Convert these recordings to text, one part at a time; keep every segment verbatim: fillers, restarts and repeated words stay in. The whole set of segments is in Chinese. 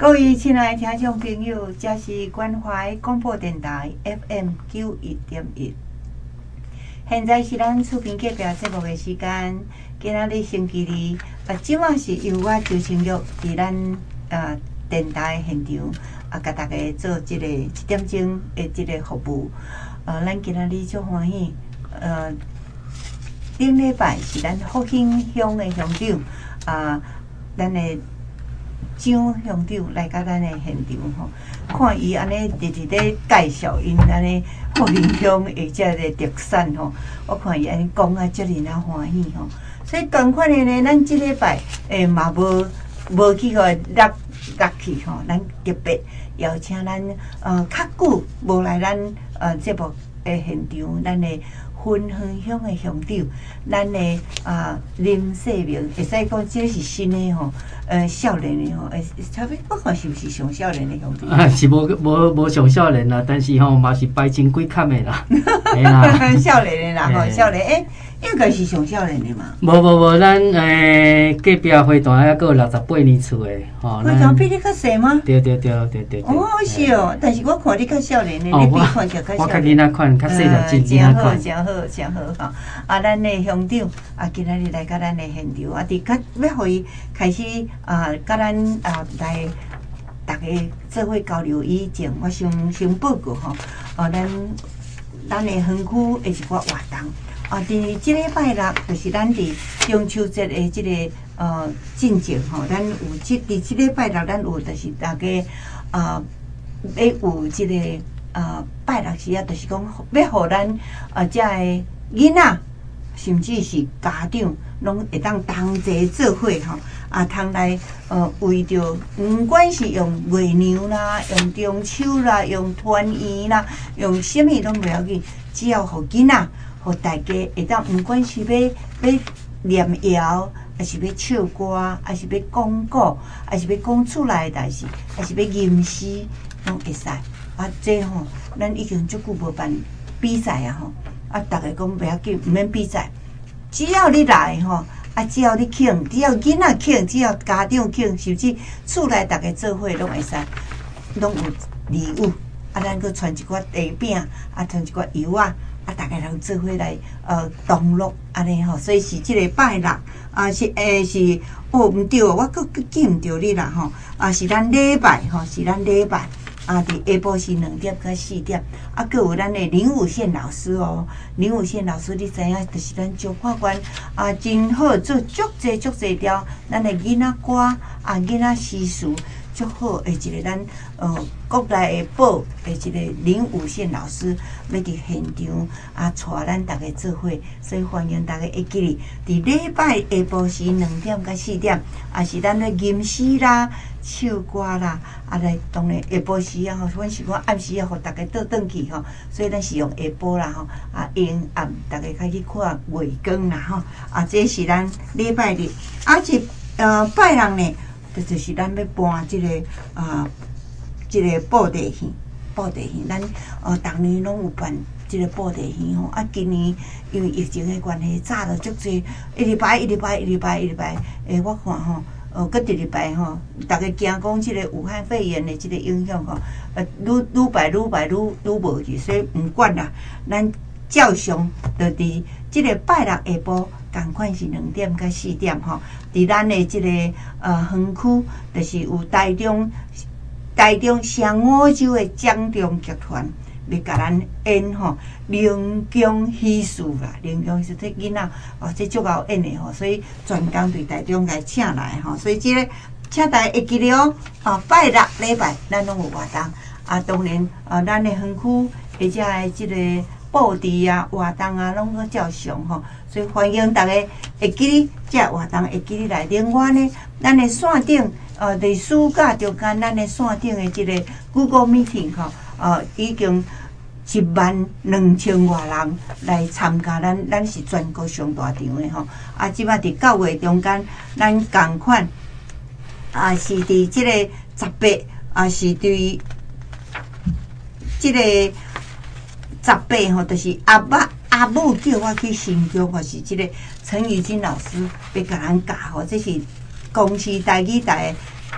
各位亲爱的听众朋友，这是关怀广播电台 F M 九一点一。现在是咱厝边隔壁节目的时间。今仔日星期二，啊，即晚是由我周清玉伫咱呃电台现场啊，甲大家做即个一点钟的即个服务。呃，咱今仔日足欢喜，呃，顶礼拜是咱福兴乡的乡长啊，咱的张乡长来到咱的现场吼，看伊安尼直直咧介绍因安尼福兴乡的即个特产吼，我看伊安尼讲啊，遮尔啊欢喜吼。所以同款的呢，咱即礼拜诶嘛无无去个落落去吼，咱特别邀请咱呃较久无来咱呃节目诶现场，咱的分乡乡的乡长，咱的啊林世明，会使讲这是新的吼，呃少年的吼，诶，差不多我看是毋是上少年的乡长？ 啊，是无无无上少年啦，但是吼嘛是拜真几坎的啦，嘿啦， 少年的啦吼，少年诶。应该是上少年的嘛。 无无无，咱诶隔壁花坛还佫有六十八年厝的，吼。 花坛比你较细吗？ 对对对对对。 哦，是哦，但是我看你较少年的，你比看起来较少年。 我较囡仔款，较细就真真好，真好，真好哈！啊，咱的乡长啊，今仔日来到咱的现场啊，伫较要互伊开始啊，甲咱啊来大家做伙交流以前，我先先报告吼，哦，咱咱的园区的一寡活动。啊，伫即礼拜六，就是咱伫中秋节的即、这个呃进前吼，咱有即伫即礼拜六，咱有就是大家啊，要有即、这个呃拜六时啊，就是讲要互咱啊遮个囡仔，甚至是家长，拢会当同齐做伙吼，啊，通来呃为着，毋管是用月娘啦，用中秋啦，用团圆啦，用啥物拢袂要紧，只要互囡仔。互大家会当，毋管是要要念谣，还是要唱歌，还是要讲古，还是要讲厝内的代志，还是要吟诗，拢会使。啊，这吼，咱已经足久无办比赛啊吼，啊，逐个讲袂要紧，毋免比赛，只要你来吼，啊，只要你肯，只要囡仔肯，只要家长肯，甚至厝内逐个做伙拢会使，拢有礼物。啊，咱佫传一寡茶饼，啊，传一寡油啊。啊，大家人做伙来呃同乐安尼吼，所以是即个拜六啊，是诶是哦毋对，我佫佫记毋着你啦吼，啊是咱礼拜吼，是咱礼拜啊，伫下晡时两点到四点，啊，佫有咱的林武宪老师哦，林武宪老师你知影，就是咱中华馆啊，真好做足济足济条咱的囡仔歌啊，囡仔诗词。足好诶，一个咱呃国内的宝诶，一个林武宪老师要伫现场啊，带咱大家做伙，所以欢迎大家会记哩。伫礼拜下晡时两点到四点，啊是咱咧吟诗啦、唱歌啦，啊来当然下晡时啊吼，阮是讲暗时啊，互大家倒转去吼，所以咱是用下晡啦吼，啊阴暗大家开始看月光啦吼，啊这是咱礼拜日，啊是呃拜六呢。这就是咱要搬即、这个啊，即、这个布袋戏，布袋戏，咱呃，逐年拢有办即个布袋戏吼。啊，今年因为疫情的关系，早了足济，一礼拜一礼拜一礼拜一礼拜，诶，我看吼，呃，搁一礼拜吼，逐个惊讲即个武汉肺炎的即个影响吼，呃，愈愈摆愈摆愈愈无去，所以毋管啦，咱照常就伫即个拜六下晡。共款是两点到四点吼，伫咱的即、这个呃园区，就是有台中台中上五洲的江中剧团，要甲咱演吼凌江喜事啦，凌江是这囡仔哦，这足够演的吼，所以专工对台中来请来吼，所以即、这个请大家会记了哦，啊拜六礼拜咱拢有活动，啊当然啊咱的园区或者的即个布置啊活动啊，拢个照常吼。所以欢迎大家会记哩，这活动会记哩来。另外呢，咱的线顶，呃，伫暑假中间，咱的线顶的这个 Google Meeting 吼，呃，已经一万两千外人来参加，咱咱是全国上大场的吼。啊，即摆伫九月中间，咱共款啊是伫即个十八，啊是伫即个十八吼，就是阿捌。阿母叫我去新疆，或是即个陈宇君老师要甲咱教吼，这是公司台语台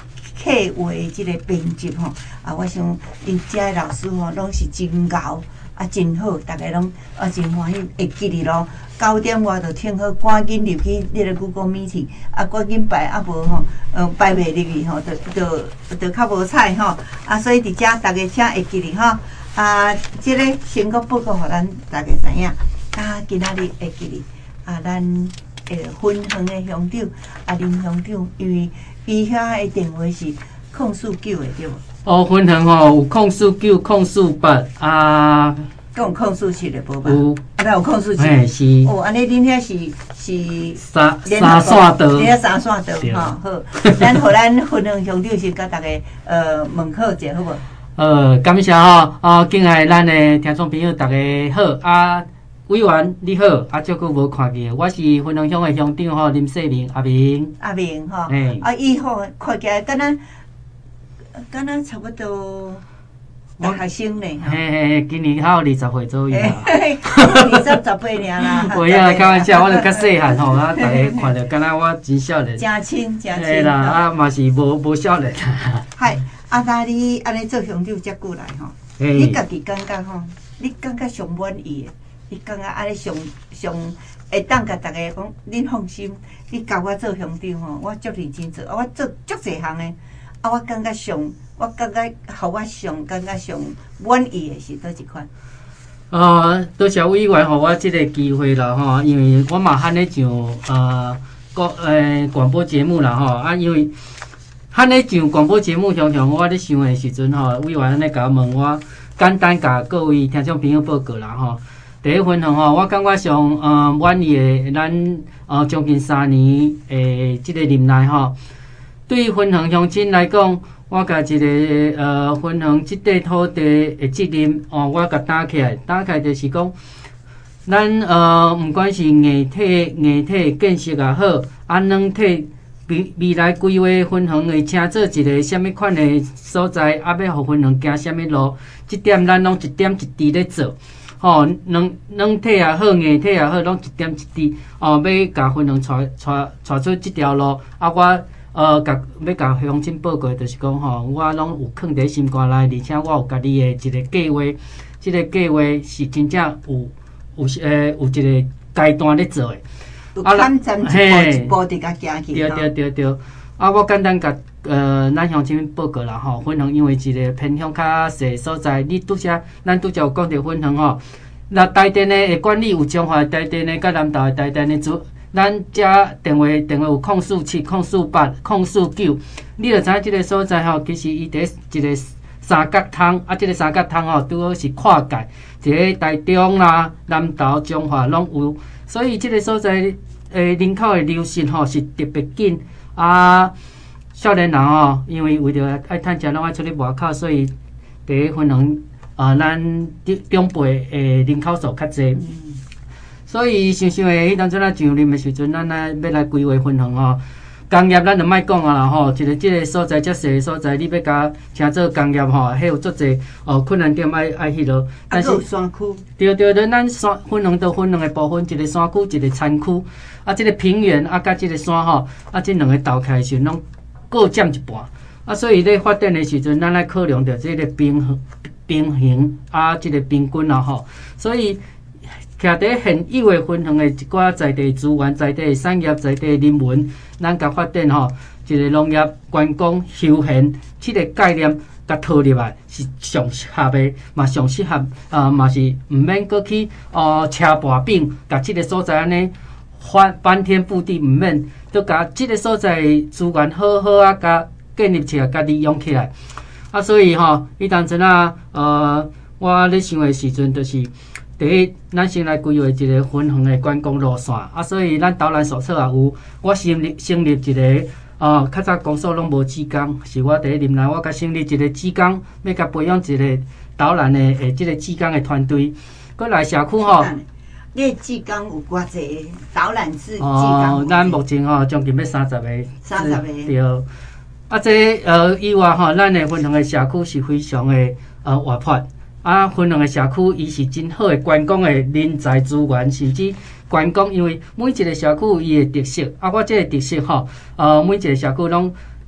课话即个编辑吼，啊，我想因遮的老师吼，拢是真牛，啊，真好，大家拢啊真欢喜，会记哩咯。九点外就听好，赶紧入去你个 Google Meet， 啊，赶紧排，啊无吼，呃，排袂入去吼，就就就较无彩吼。啊，所以伫遮大家请会记哩吼。啊，即个先个报告互咱大家知影。啊，今仔日会记哩。啊，咱诶分园的乡长，啊林乡长，因为伊遐的电话是控诉九的对无？ 哦，分园吼有控诉九、控诉八啊。 有控诉七的无吧？ 有， 啊，有控诉七。 嘿，是。 哦，安尼恁遐是是三三线道。 你遐三线道吼，好。咱互咱分园乡长先甲大家呃问候者好无？ 呃，感谢吼，啊，敬爱咱的听众朋友，大家好啊，委员你好，啊，足久无看见，我是分园乡的乡长吼，林世明阿明。 阿明吼， 嘿， 啊，伊吼看起来敢若敢若差不多。大学生呢？ 嘿嘿，今年还有二十岁左右啦。 二十十八年啦。 我呀，开玩笑，我就较细汉吼，啊，大家看着敢若我真少年。 真亲，真亲。 嘿啦，啊嘛是无无少年。 嗨，啊，那你安尼做乡长遮久来吼，你家己感觉吼，你感觉上满意的，你感觉安尼上上会当甲大家讲，恁放心，你交我做乡长吼，我足认真做，啊，我做足侪项的，啊，我感觉上。我感觉，互我上感觉上满意的是倒一款？ 呃，多谢委员互我即个机会啦吼，因为我嘛喊咧上呃广诶广播节目啦吼，啊，因为喊咧上广播节目，常常我咧想的时阵吼，委员安尼甲我问我，简单甲各位听众朋友报告啦吼。第一分享吼，我感觉上呃满意的，咱呃将近三年诶即个任内吼，对于分享乡亲来讲。我甲一个呃分享即块土地的责任哦，我甲担起来，担起来就是讲，咱呃毋管是硬体硬体建设也好，啊软体未未来规划分享会请做一个什物款的所在，啊要互分享行什物路，即点咱拢一点一滴咧做。吼，软软体也好，硬体也好，拢一点一滴哦，要甲分享带带带出即条路，啊我。呃，甲要甲乡亲报告，就是讲吼，我拢有放伫心肝内，而且我有家己的一个计划，即、这个计划是真正有有诶有一个阶段咧做诶。 有看针一步一步伫甲行去。 对对对对。啊，我简单甲呃咱乡亲报告啦吼，分享因为一个偏向较细所在，你拄则咱拄则有讲着分享吼，那台电诶管理有中华台电诶，甲南投诶台电诶组。咱遮电话电话有控诉七、控诉八、控诉九，你着知影即个所在吼，其实伊伫一个三角窗，啊，即个三角窗吼，拄好是跨界，一个台中啦、南投、中华拢有，所以即个所在诶人口诶流失吼是特别紧啊。少年人吼，因为为着爱趁钱，拢爱出去外口，所以第一分享啊，咱中辈诶人口数较济。所以想想诶，迄当阵啊上任诶时阵，咱来要来规划分享吼。工业咱就莫讲啊啦吼，一个即个所在遮细诶所在，你要甲请做工业吼，迄有足济哦困难点爱爱迄落。 但是山区。 对对对，咱山分享到分两个部分，一个山区，一个山区。啊，即个平原啊，甲即个山吼，啊，即两个斗起来时，拢各占一半。啊，所以咧发展诶时阵，咱来考量着即个平衡、平衡啊，即个平均啊吼，所以。徛伫现有诶分享诶一寡在地资源、在地产业、在地人文，咱甲发展吼，一个农业、观光、休闲，即个概念甲套入来是上适合诶，嘛上适合啊，嘛是毋免搁去哦车跋柄，甲即个所在安尼翻翻天覆地，毋免都甲即个所在资源好好啊，甲建立起来，甲利用起来。啊，所以吼，迄当阵啊，呃，我咧想诶时阵，就是。第一，咱先来规划一个分享的观光路线，啊，所以咱导览手册也有。我成立成立一个，呃，较早公所拢无志工，是我第一任来，我甲成立一个志工，要甲培养一个导览的诶，即个志工的团队。过来社区吼， 你的志工有偌济导览志志工？ 哦，咱目前吼将近要三十个。 三十个。 对。啊，这呃以外吼，咱的分享的社区是非常的呃活泼。啊，分享的社区，伊是真好的观光的人才资源，甚至观光，因为每一个社区有伊的特色。啊，我这个特色吼，呃，每一个社区拢伫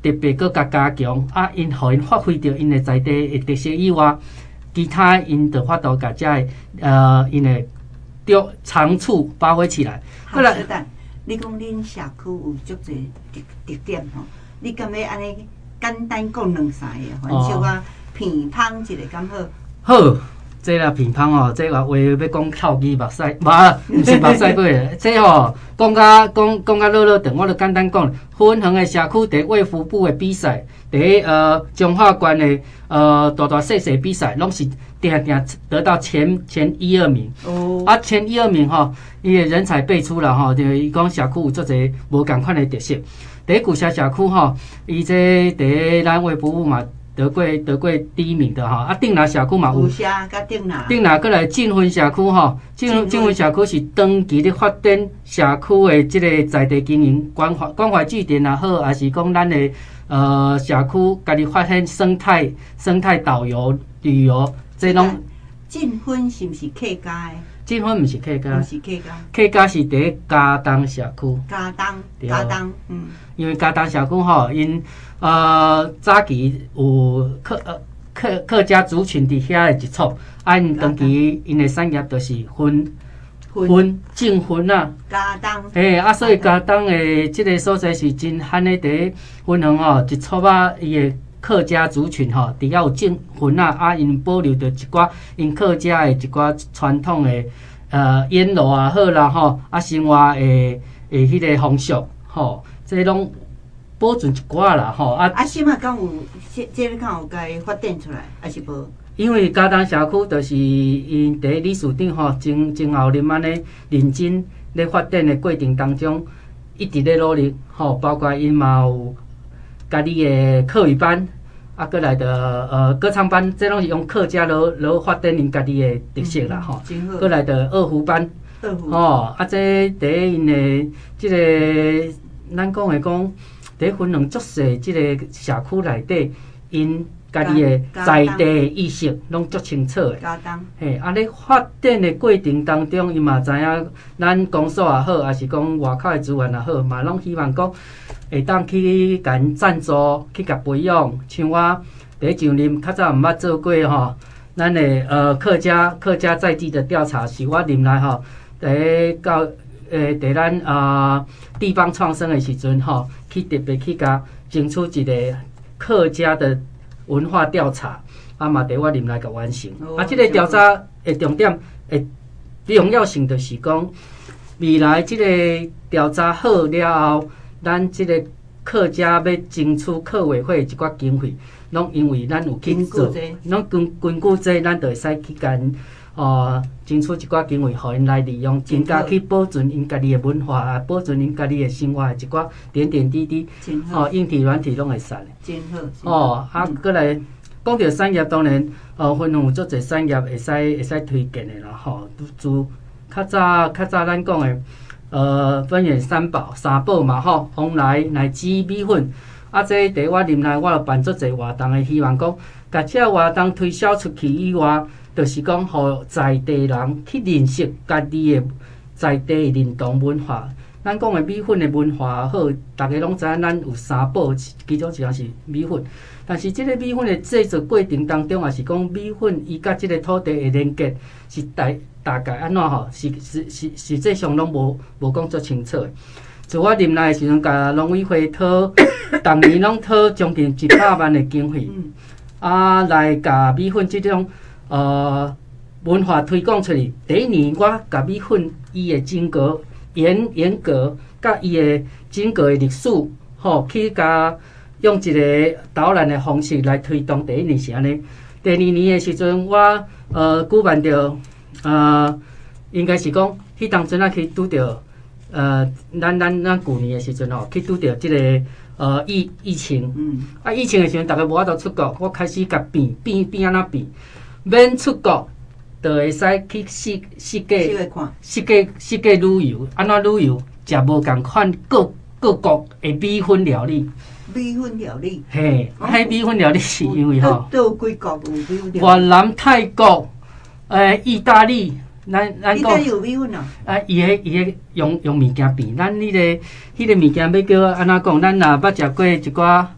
特别搁加加强，啊，因互因发挥着因的在地的特色以外，其他因着法度甲遮的呃因的着长处发挥起来。 好，小等，你讲恁社区有足侪特特点吼，你敢要安尼简单讲两三个，反正小可偏芳一个敢好？ 好。这啦乒乓吼，这个话要讲跳机目屎，无，毋是目屎过。这吼讲甲讲讲甲落落长，我就简单讲，分恒的社区第卫福部的比赛，第呃中华县的呃大大细细比赛，拢是定定得到前前一二名。哦。啊，前一二名吼，伊的人才辈出啦吼，就是伊讲社区有足侪无共款的特色。第一古社社区吼，伊这第一咱卫福部嘛。得过得过第一名的哈，啊，定拿社区嘛有，定拿，定拿过来进分社区哈，进进分社区是长期咧发展社区的即个在地经营，关怀关怀据点也好，还是讲咱的呃社区家己发展生态生态导游旅游，这拢进分是毋是客家的？ 进分毋是客家， 毋是客家， 客家是伫嘉东社区。 嘉东，嘉东，嗯， 因为嘉东社区吼，因呃早期有客呃客客家族群伫遐的一撮，啊，因长期因的产业就是分分种分啊。 嘉东。 嘿，啊，所以嘉东的即个所在是真罕的伫分恒吼，一撮啊伊的客家族群吼，伫遐有种分啊，啊，因保留着一寡因客家的一寡传统的呃烟炉啊好啦吼，啊生活的诶迄个风俗吼，这拢保存一寡啦吼。啊啊，什么敢有这这个敢有该发展出来，还是无？ 因为嘉东社区就是因第一理事长吼，前前后任安尼认真咧发展的过程当中，一直咧努力吼，包括因嘛有家己的课语班，啊，过来的呃歌唱班，这拢是用客家来来发展因家己的特色啦吼。过来的二胡班， 二胡吼，啊，这第一因的即个咱讲的讲，第一分两足细即个社区内底因。家己的在地意识拢足清楚的，嘿，啊！咧发展的过程当中，伊嘛知影咱公所也好，还是讲外口的资源也好，嘛拢希望讲会当去甲因赞助，去甲培养。像我第一上任较早毋捌做过吼，咱的呃客家客家在地的调查，是我任来吼，第到诶伫咱啊地方创生的时阵吼，去特别去甲争取一个客家的。文化调查，啊嘛，伫我任来甲完成。啊，即、这个调查的重点，诶，重要性就是讲，未来即个调查好了后，咱即个客家要争取客委会一寡经费，拢因为咱有去做，拢根根据这，咱就会使去甲因呃争取一寡经费，互因来利用，更加去保存因家己的文化啊，保存因家己的生活的一寡点点滴滴，哦，硬体软体拢会使的。 真好。 哦，啊，过来讲到产业，当然，呃，分有足侪产业会使会使推荐的啦，吼。自较早较早咱讲的，呃，分园三宝三宝嘛，吼，蓬莱、乃至米粉，啊，这伫我任内，我就办足侪活动的，希望讲，甲这活动推销出去以外。就是讲，互在地人去认识家己的在地认同文化。咱讲的米粉的文化也好，大家拢知影，咱有三宝，其中一项是米粉。但是，即个米粉的制作过程当中，也是讲米粉伊甲即个土地的连接是大大概安怎吼？是是是实际上拢无无讲足清楚的。自我任内的时阵，甲农委会讨，逐年拢讨将近一百万的经费，啊，来甲米粉即种。呃，文化推广出去。第一年，我甲米粉伊的整个严严格，甲伊的整个的历史，吼，去甲用一个导览的方式来推动。第一年是安尼。第二年的时阵，我呃举办着呃，应该是讲，迄当阵啊去拄着呃，咱咱咱旧年的时阵吼，去拄着即个。呃，疫疫情，嗯，啊，疫情的时阵，大家无法度出国，我开始甲变变变安怎变。免出国，就会使去世世界世界世界旅游。安怎旅游？食无共款各各国的米粉料理。 米粉料理。 嘿，迄米粉料理是因为吼， 都有几国有米粉料理。 越南、泰国、诶，意大利，咱咱讲。意大利有米粉哦。 啊，伊个伊个用用物件变，咱迄个迄个物件要叫安怎讲？咱若捌食过一寡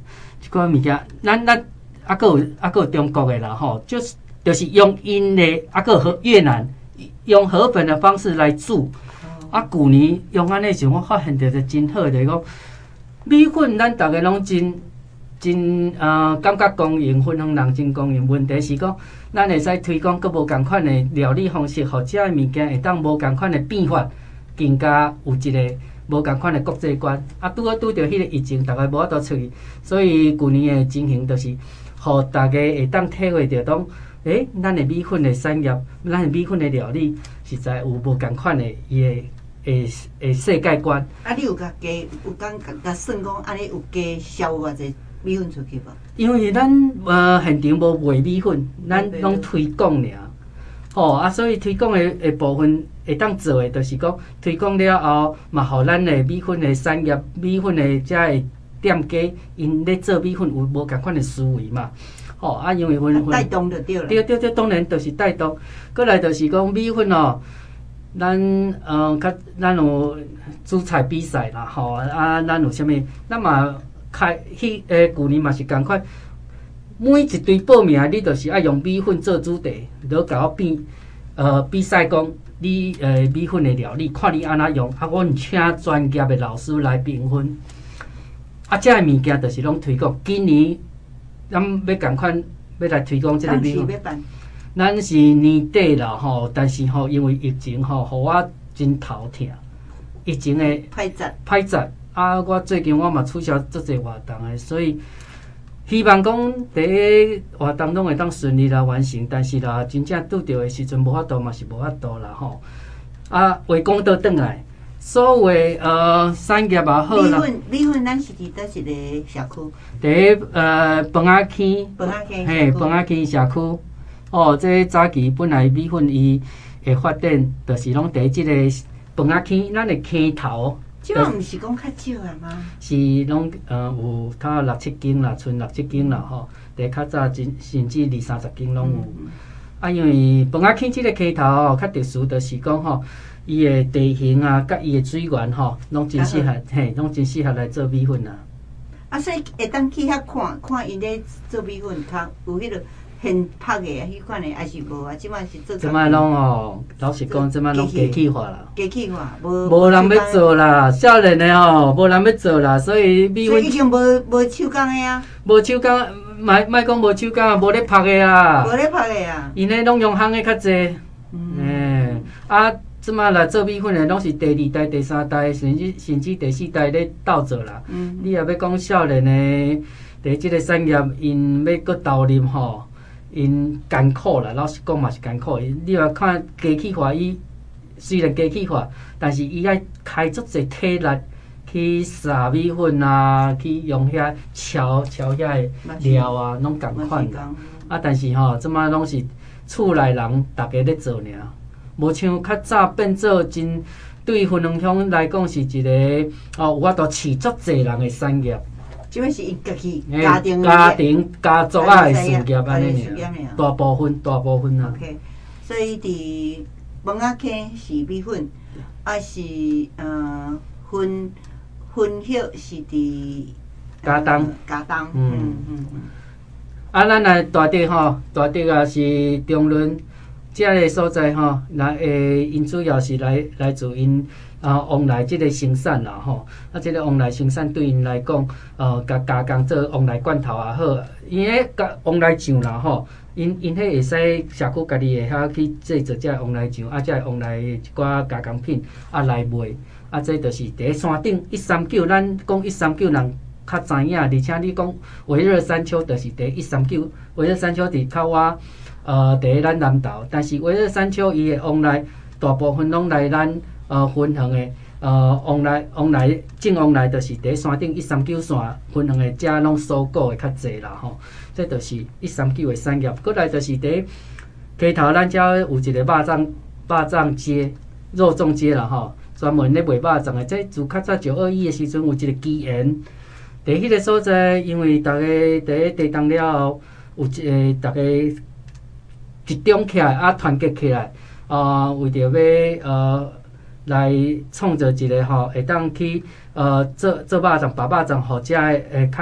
款物件，咱咱啊个有啊个有中国的啦吼，就是就是用因的啊个和越南用河粉的方式来煮。啊，旧年用安尼时，我发现着就真好，就是讲米粉，咱逐个拢真真呃感觉公平，分享人真公平。问题是讲，咱会使推广佫无共款的料理方式，或者物件会当无共款的变法，更加有一个无共款的国际观。啊，拄好拄着迄个疫情，逐个无法度出去，所以旧年的情形就是，互大家会当体会着讲，诶、欸，咱的米粉的产业，咱的米粉的料理，实在有无共款的伊的。诶诶，世界观。 啊，你有甲加有讲甲算讲，安尼有加销偌济米粉出去无？ 因为咱呃现场无卖米粉，咱拢推广尔。哦啊，所以推广的的部分会当做的，就是讲推广了后，嘛，互咱的米粉的产业、米粉的遮的店家，因咧做米粉有无共款的思维嘛？哦啊，因为阮带动就对了。 对对对，当然就是带动。过来就是讲米粉哦。咱呃，较咱有煮菜比赛啦，吼啊，咱有啥物，咱嘛开迄诶，旧年嘛是共款，每一堆报名，你就是爱用米粉做主题，就甲我比呃比赛讲你诶米粉的料理，看你安怎用，啊，阮请专业的老师来评分，啊，遮个物件就是拢推广。今年咱要共款要来推广即个米粉。咱是年底啦吼，但是吼因为疫情吼，互我真头痛。疫情的歹节歹节啊，我最近我嘛取消足侪活动的，所以希望讲第一活动拢会当顺利来完成。但是啦，真正拄着的时阵无法度嘛是无法度啦吼。啊，话讲倒转来，所谓呃产业也好啦。 米粉米粉，咱是伫倒一个社区？ 第一呃，崩仔坑， 崩仔坑， 嘿，崩仔坑社区。哦，这早期本来米粉伊的发展，就是拢伫即个饭仔坑，咱的坑头。 即个毋是讲较少啊吗？ 是拢呃有较六七间啦，剩六七间啦吼。伫较早真甚至二三十间拢有。嗯、啊，因为饭仔坑即个坑头吼，较特殊，就是讲吼，伊的地形啊，甲伊的水源吼，拢真适合，嘿，拢真适合来做米粉啊。 啊，所以会当去遐看看因咧做米粉，较有迄个。现拍的啊，迄款的还是无啊？即摆是做。即摆拢哦，老实讲，即摆拢机器化啦。 机器化，无。 无人要做啦，少年的吼，无人要做啦，所以米粉。 所以已经无无手工的啊。 无手工，莫莫讲无手工啊，无咧拍的啊。 无咧拍的啊。 因咧拢用烘的较济。嗯。诶，啊，即摆来做米粉的，拢是第二代、第三代，甚至甚至第四代咧斗做啦。嗯。你若要讲少年的，伫即个产业，因要搁投入吼。因艰苦啦，老实讲嘛是艰苦。你若看机器化，伊虽然机器化，但是伊爱开足侪体力去撒米粉啊，去用遐敲敲遐料啊，拢共款啦。啊，但是吼，即摆拢是厝内人逐家咧做尔，无像较早变做真对分两乡来讲是一个哦，有法度饲足侪人的产业。 即摆是因家己家庭家庭家族啊的事业安尼尔，大部分大部分啊。 OK， 所以伫饭仔坑是米粉，啊是呃分分晓是伫加东加东， 嗯嗯嗯。啊，咱来大地吼，大地啊是中仑遮个所在吼，来诶，因主要是来来自因。啊，往来即个生产啦吼，啊，即个往来生产对因来讲，呃，甲加工做往来罐头也好，因迄甲往来酱啦吼，因因迄会使社区家己会晓去制作遮往来酱，啊，遮往来一寡加工品啊来卖，啊，这就是伫山顶一三九，咱讲一三九人较知影，而且你讲维热山丘，就是伫一三九，维热山丘伫较我呃伫咱南投，但是维热山丘伊的往来大部分拢来咱。呃，分行的呃，往来往来正往来，就是伫山顶一三九线分行的，遮拢所顾的较济啦吼。这就是一三九的产业。过来就是伫溪头，咱遮有一个肉粽肉粽街、肉粽街啦吼，专门咧卖肉粽的。这自较早九二一的时阵，有一个基园，伫迄个所在，因为逐个伫地动了后，有一个逐个集中起来，啊团结起来，啊为着要呃。来创造一个吼，会当去呃做做肉粽、白肉粽，或者会较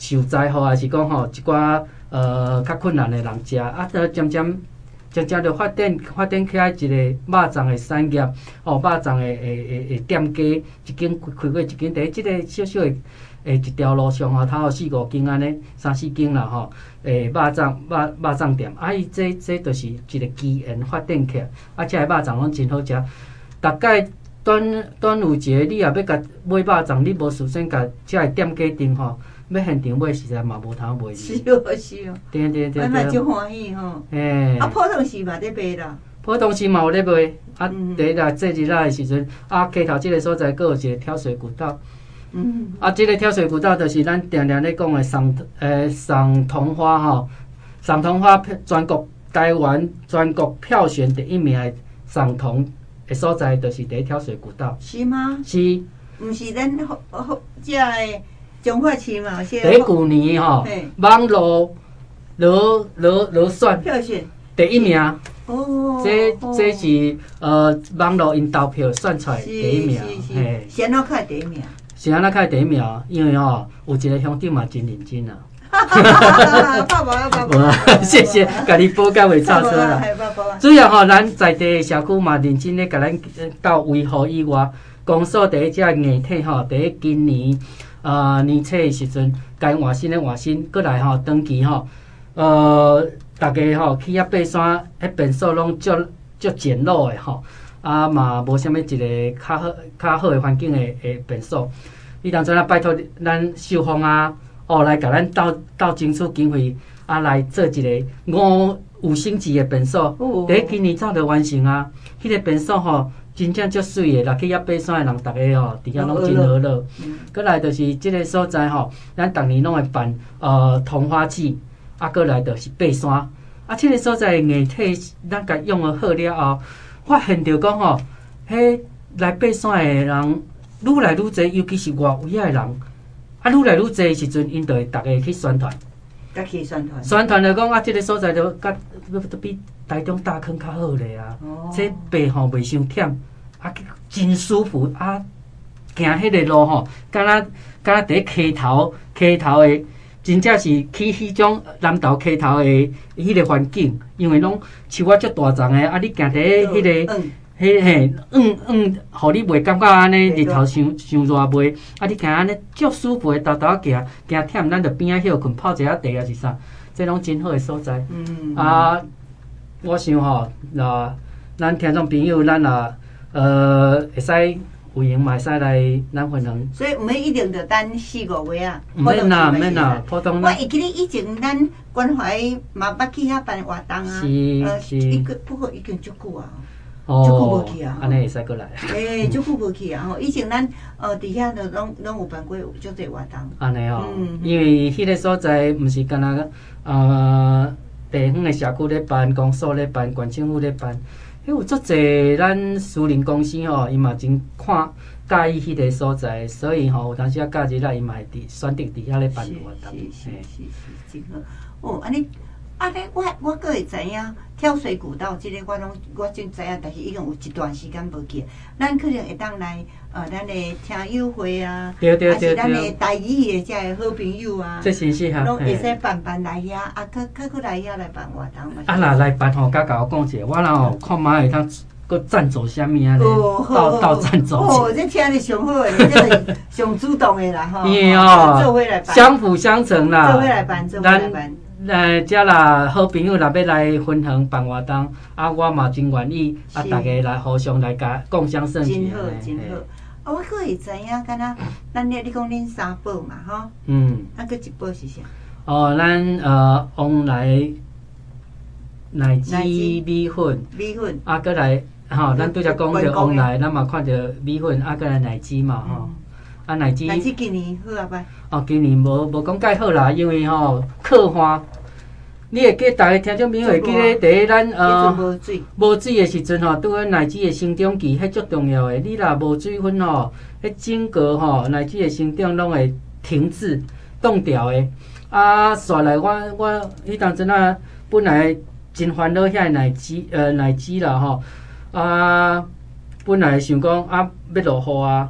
受灾户，还是讲吼一寡呃较困难的人食，啊，都渐渐渐渐就发展发展起来一个肉粽的产业，哦，肉粽的诶诶诶店家一间开过一间，伫即个小小的诶一条路上吼，头有四五间安尼，三四间啦吼，诶肉粽肉肉粽店，啊，伊这这就是一个机缘发展起来，啊，遮个肉粽拢真好食，大概。端端午节，你也要甲买肉粽，你无事先甲遮个店家订吼，要现场买实在嘛无通买。 是哦是哦， 对对对对。 我嘛真欢喜吼。 嘿。 啊，普通时嘛咧卖啦。 普通时嘛有咧卖，啊，第一日节日仔的时阵，啊，溪头即个所在，佫有一个跳水古道。嗯。啊，即个跳水古道就是咱常常咧讲的赏诶赏桐花吼，赏桐花全国台湾全国票选第一名的赏桐。的所在就是伫跳水古道， 是吗？ 是， 毋是咱好好遮个中华市嘛？ 伫旧年吼，网络落落落选票选第一名。 哦， 这这是呃网络因投票选出来第一名， 嘿，是安怎开第一名？ 是安怎开第一名？因为吼有一个乡长嘛真认真啊。 爸爸爸爸， 谢谢，甲你报告会差错啦。主要吼，咱在地的社区嘛，认真咧，甲咱到维护以外，公所第一只硬体吼，第一今年呃年初的时阵，该换新的换新，过来吼长期吼，呃，大家吼去遐爬山，迄便所拢足足简陋的吼，啊嘛无啥物一个较好较好的环境的的便所，你当阵啊拜托咱秀芳啊。哦，来甲咱斗斗争取经费，啊，来做一个五五星级的便所。第今年早就完成啊！迄、那个便所吼，真正足水的，来去遐爬山的人，逐个吼，伫遐拢真和乐。过、嗯、来就是即个所在吼，咱逐年拢会办呃桐花季，啊，过来就是爬山。啊，即、這個所在的硬体，咱甲用了好了后，发现着讲吼，迄来爬山的人愈来愈侪，尤其是外围的人。啊，愈来愈侪的时阵，因就会逐个去宣传， 家去宣传。 宣传就讲啊，即、這個所在就甲都比台中大坑较好咧啊。哦。这爬吼袂伤忝，啊，真舒服啊。行迄个路吼，敢若敢若伫溪头溪头的，真正是去迄种南投溪头的迄个环境，因为拢树啊足大丛的，啊，你行伫迄个。嗯迄嘿，嗯嗯，互你袂感觉安尼日头伤伤热袂，啊，你行安尼足舒服的，豆豆行行忝，咱就边仔休困，泡一下茶啊是啥，这拢真好的所在。嗯啊，我想吼，那咱听众朋友，咱也呃会使有闲嘛，会使来咱分享。 所以毋免一定着等四五月啊。 毋免啦，毋免啦，普通。 我会记得以前咱关怀嘛捌去遐办活动啊， 是是。 一个不过已经足久啊。 哦，足久无去啊，安尼会使过来。 诶，足久无去啊！吼，以前咱呃伫遐就拢拢有办过足侪活动。 安尼哦，因为迄个所在毋是干那呃地方的社区咧办，公所咧办，县政府咧办，迄有足侪咱私人公司吼，伊嘛真看介意迄个所在，所以吼有当时啊假日啦，伊嘛会伫选择伫遐咧办活动。 是是是是，真好。哦，安尼。啊！咧，我我阁会知影跳水古道，即、这个我拢我真知影，但是已经有一段时间无去。咱可能会当来呃，咱的听友会啊， 对对对对， 还是咱的台语的遮个好朋友啊， 这是是哈， 拢会使办办来遐，啊，较较去来遐来办活动。 啊，若来办吼，甲甲我讲者，我若吼看卖会当搁赞助啥物啊咧？到到赞助。 哦，这听你上好诶，这是上主动的啦吼。 伊哦，做伙来办，相辅相成啦。 做伙来办，做伙来办。 呃，遮啦好朋友若要来分享办活动，啊，我嘛真愿意，啊，大家来互相来甲共襄盛举。 真好，真好。啊，我阁会知影，敢若咱咧，你讲恁三宝嘛，吼。 嗯。 啊，佫一宝是啥？ 哦，咱呃，往来奶汁米粉。 米粉。 啊，佫来，吼，咱拄则讲着往来，咱嘛看着米粉，啊，佫来奶汁嘛，吼。啊，奶汁。 奶汁今年好啊歹？ 哦，今年无无讲介好啦，因为吼客花，你会记，逐个听众朋友会记咧，第一咱呃无水无水的时阵吼，拄个奶汁的生长期，迄足重要的。你若无水分吼，迄整个吼奶汁的生长拢会停滞冻掉的。啊，煞来我我迄当阵啊，本来真烦恼遐奶汁呃奶汁啦吼，啊，本来想讲啊要落雨啊。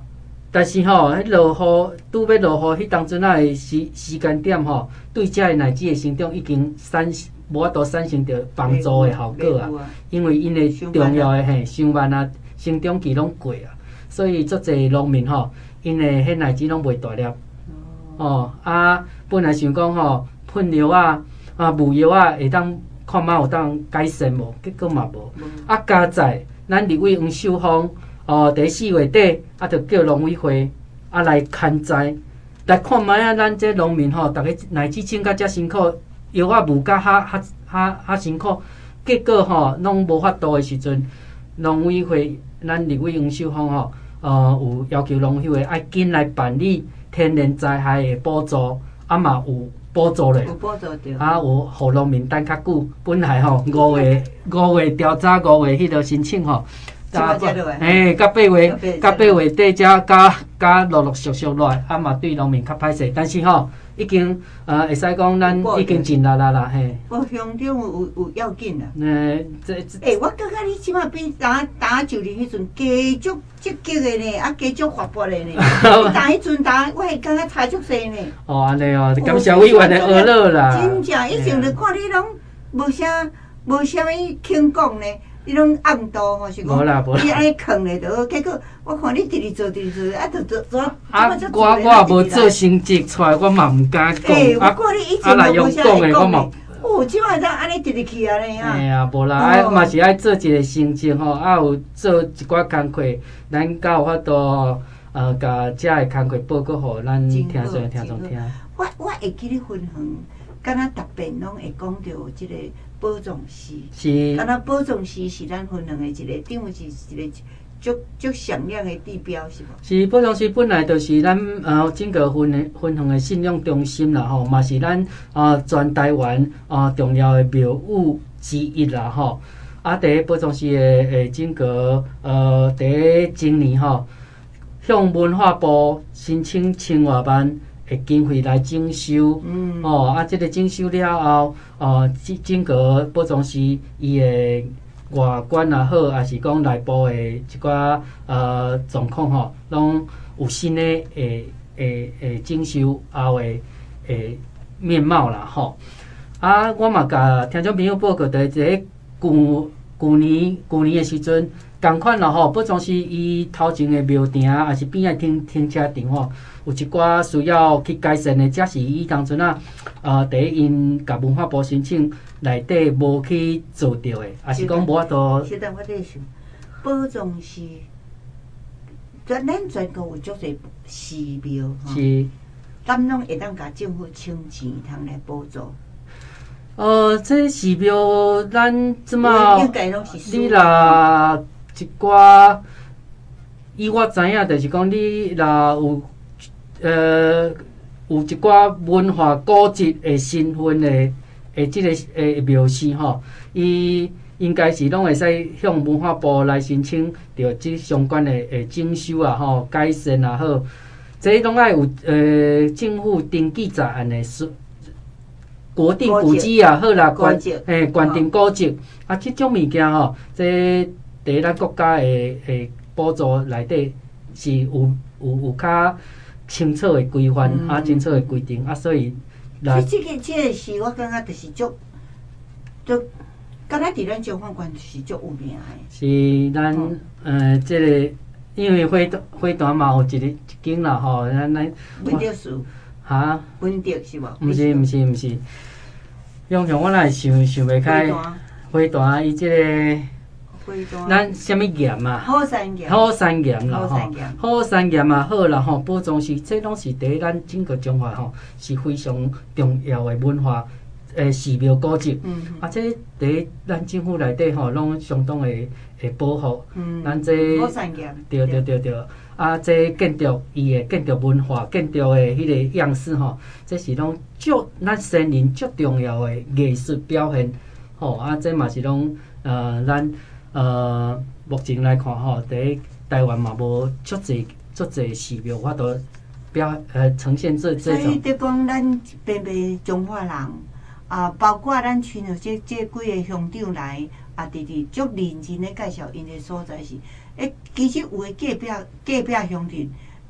但是吼，迄落雨拄要落雨，迄当阵啊的时时间点吼，对遮的奶子的生长已经产无法度产生着帮助的效果啊，因为因的重要的嘿伤慢啊，生长期拢过啊，所以足侪农民吼，因的迄奶子拢袂大粒。哦啊，本来想讲吼，喷药啊啊牧药啊会当看嘛有当改善无，结果嘛无。啊，加在咱立委黄秀芳。哦，第四月底啊，着叫农委会啊来勘灾，来看卖啊，咱这农民吼，逐个乃至种甲遮辛苦，药啊牧甲较较较较辛苦，结果吼拢无法度的时阵，农委会咱立委黄秀芳吼，呃有要求农委会爱紧来办理天然灾害的补助，啊嘛有补助咧， 有补助着， 啊有互农民等较久，本来吼五月五月调查五月迄个申请吼。 加诶，到八月，到八月底才加加陆陆续续落来，啊嘛对农民较歹势，但是吼已经呃会使讲咱已经尽力啦啦嘿。 我乡长有有要紧啦。 诶，这诶，我感觉你即马比打打就哩迄阵加足积极的呢，啊加足活泼的呢。你打迄阵打，我会感觉差足济呢。 哦，安尼哦，感谢委员的娱乐啦。 真正以前就看你拢无啥无啥物轻讲呢。你拢暗度吼是讲，你安尼藏咧着，结果我看你直直做，直直做，啊，就做做。 啊，我我也无做成绩出来，我嘛毋敢讲。 诶，我看你以前都无啥会讲的。 哦，即摆才安尼直直去安尼啊。 哎呀，无啦，啊嘛是爱做一个成绩吼，啊有做一寡工课，咱才有法度呃，甲遮个工课报告互咱听众听众听。 我我会记咧分享，敢若逐遍拢会讲到即个。保障师是， 敢若保障师是咱分享的一个，等于是一个足足响亮的地标，是无？ 是保障师本来就是咱呃整个分的分享的信用中心啦吼，嘛是咱啊全台湾啊重要的庙宇之一啦吼。啊，第一保障师的诶整个呃第一今年吼，向文化部申请千外万。诶，经费来整修，嗯，哦，啊，即、這个整修了后，哦，整整个保障师伊诶外观也好，还是讲内部诶一寡呃状况吼，拢有新诶诶诶诶整修后诶诶面貌啦吼。啊，我嘛甲听众朋友报告，在即个旧旧年旧年诶时阵，共款啦吼，保障师伊头前诶庙埕，还是边仔停停车场吼。有一寡需要去改善的，则是伊当阵啊，呃，第一因甲文化部申请内底无去做到的，也是讲无法度。 现在我在想，保障是，咱咱全国有足侪寺庙吼， 是， 咱拢会当甲政府请钱通来补助。 呃，这寺庙咱即马，你若一寡，以我知影，就是讲你若有。呃，有一寡文化古迹的身份的，诶，即、這个诶庙寺吼，伊应该是拢会使向文化部来申请，着即相关的诶整修啊吼、改善啊好，这拢爱有呃政府登记在案的是国定古迹啊好啦，关诶关定古迹啊，即种物件吼，这伫咱国家诶诶补助内底是有有有较。清楚的规范，嗯、啊，清楚的规定，啊，所以来。即、这个即、這个是我感觉就是足足，敢若伫咱中华关是足有名的。 是咱、哦、呃，即、這个因为花花坛嘛有一个一间啦吼，咱咱。 文德树。哈？文德是无？ 毋是毋是毋是，用像我来想想袂开，花坛伊即个。咱什么盐啊？ 好山盐， 好山盐啦吼，好山盐也好啦吼，保障是这拢是伫咱整个中华吼是非常重要的文化诶寺庙古迹。嗯，啊，这伫咱政府内底吼，拢相当诶会保护。嗯，咱这好山盐， 对对对对。啊，这建筑伊诶建筑文化、建筑诶迄个样式吼，这是拢足咱先人足重要诶艺术表现。吼，啊，这嘛是拢呃咱。呃，目前来看吼，伫台湾嘛无足侪足侪寺庙法度表呃呈现这这种。 所以得讲咱边边中华人啊，包括咱群有这这几个乡长来啊，直直足认真咧介绍因的所在是，诶，其实有诶隔壁隔壁乡镇，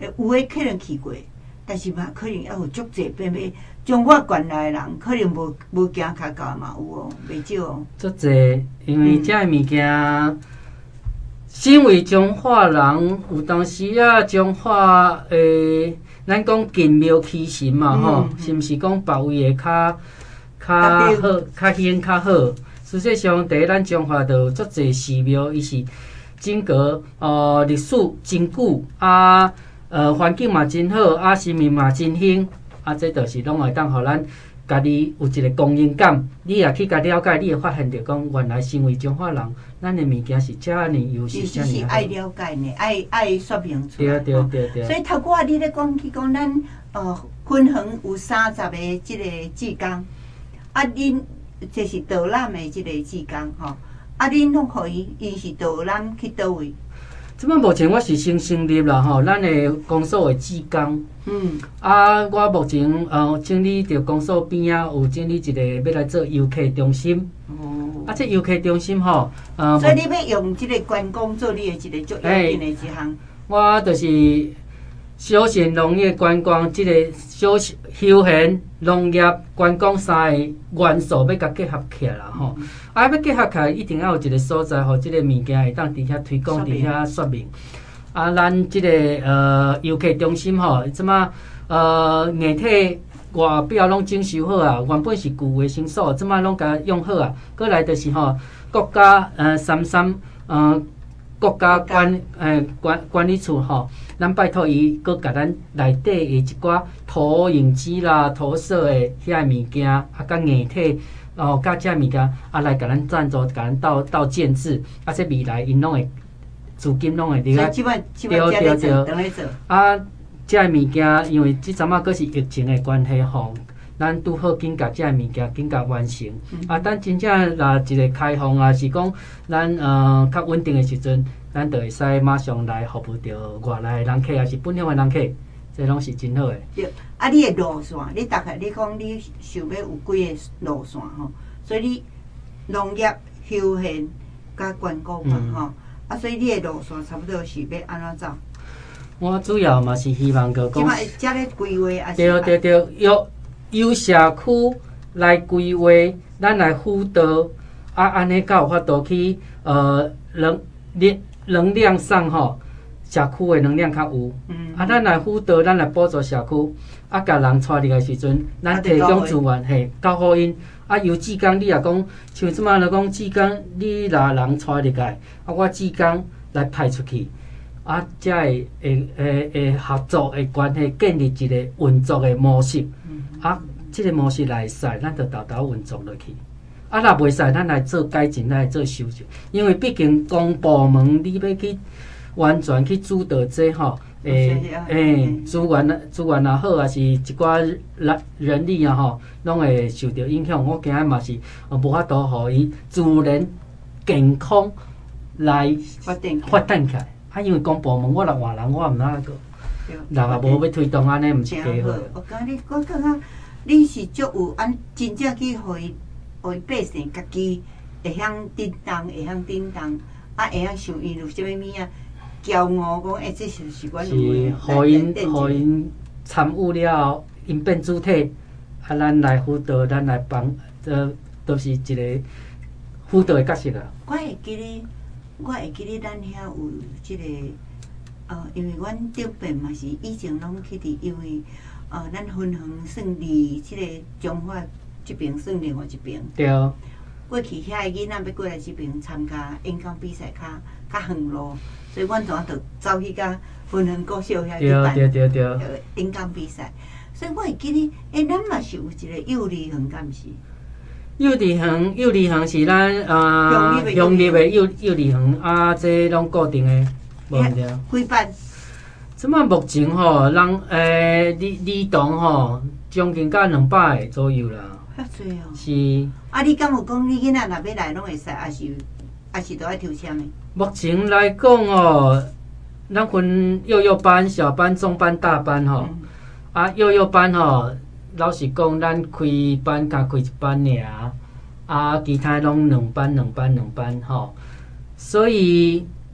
有诶可能去过，但是嘛可能还有足济变变。从我管来的人，可能无无行较高嘛，有哦，袂少哦。 足济，因为遮个物件，身为中华人，有当时啊，中华诶，咱讲敬庙起神嘛，吼、嗯，是毋是讲别位会较较好、较兴较好？实际上，第一，咱中华就有足济寺庙，伊是整个呃历史真久，啊呃环境嘛真好，啊生命嘛真兴。啊，这就是拢会当互咱家己有一个公认感。你也去甲了解，你会发现着讲，原来身为中华人，咱的物件是遮尔优势，遮尔好。 是爱了解呢，爱爱说明出来。 对对对对。 所以头个你咧讲去讲，咱呃分行有三十个即个志工，啊，恁这是导览的即个志工吼，啊，恁拢互伊，伊是导览去倒位？ 即摆目前我是先成立啦吼，咱的公所的志工。嗯。啊，我目前呃整理着公所边啊，有整理一个要来做游客中心。哦。啊，这游客中心吼，呃。 所以你要用即个观光做你的一个最要紧的一项。 我就是休闲农业观光，即、这个休休闲农业观光三个元素要甲结合起来啦吼。嗯、啊，要结合起来，一定要有一个所在，互即个物件会当伫遐推广，伫遐说明。啊，咱即、这个呃游客中心吼，即马呃硬体外表拢整修好啊，原本是旧卫生所，即马拢甲用好啊。过来就是吼，国家呃三三呃国家管呃管管理处吼，咱拜托伊，搁甲咱内底的一寡投影机啦、投射的遐物件，啊，甲硬体哦，甲遮物件啊来甲咱赞助，甲咱斗斗建制，啊，这未来因拢会。资金拢会伫遐，对对对。啊，遮物件因为即阵啊，佫是疫情的关系吼，咱拄好紧甲遮物件紧甲完成。嗯、啊，等真正若一个开放啊，是讲咱呃较稳定的时阵，咱就会使马上来服务着外来的人客，也是本乡的人客，这拢是真好的。 对，啊，你的路线，你大概你讲你想要有几个路线吼，所以你农业、休闲甲观光嘛吼。嗯啊，所以你的路线差不多是要安怎走？ 我主要嘛是希望个讲， 即摆遮咧规划啊。 对对对，由由社区来规划，咱来辅导，啊，安尼才有法度去呃能能能量上吼，社区的能量较有。嗯。啊，咱来辅导，咱来补助社区，啊，甲人带入来时阵，咱提供资源，嘿，交互因。啊，由志工你也讲，像即摆来讲，志工你拿人带入来，啊，我志工来派出去，啊，才会会会会合作的关系建立一个运作的模式。嗯、啊，即、这个模式来使，咱就豆豆运作落去。啊，若袂使，咱来做改进，咱来做修正。因为毕竟公部门你要去完全去主导这吼。诶诶，资源资源也好，也是一寡人人力啊吼，拢会受到影响。我今日嘛是无法度互伊自然健康来发展发展起来。啊，因为公部门我若换人，我毋哪个，人也无要推动安尼，毋是几好。 我感觉你，我感觉你是足有安真正去互伊，互伊百姓家己会晓振动，会晓振动，啊会晓想伊有啥物物啊。骄傲讲，诶，这是是阮有是，互因互因参与了，因变主体，啊，咱来辅导，咱来帮，这都是一个辅导的角色啦。 我会记咧，我会记咧，咱遐有即、这个，呃，因为阮这边嘛是以前拢去伫，因为呃，咱分行算离即个中华这边算另外一边。 对。 过去遐个囡仔要过来这边参加演讲比赛，较较远路。所以，阮怎就走去甲分行国小遐去办演讲比赛。所以，我会记哩，诶，咱嘛是有一个幼儿园，敢毋是？ 幼儿园，幼儿园是咱呃乡立的幼幼儿园啊，这拢固定的，无毋对。 几班？ 即马目前吼，人诶，儿儿童吼，将近甲两百个左右啦。 遐济哦。 是。 啊，你敢有讲你囡仔若要来，拢会使，还是还是都爱抽签的？ 目前来讲哦，咱分幼幼班、小班、中班、大班吼。嗯、啊，幼幼班吼，老实讲，咱开班甲开一班尔，啊，其他拢两班、两班、两班吼。所以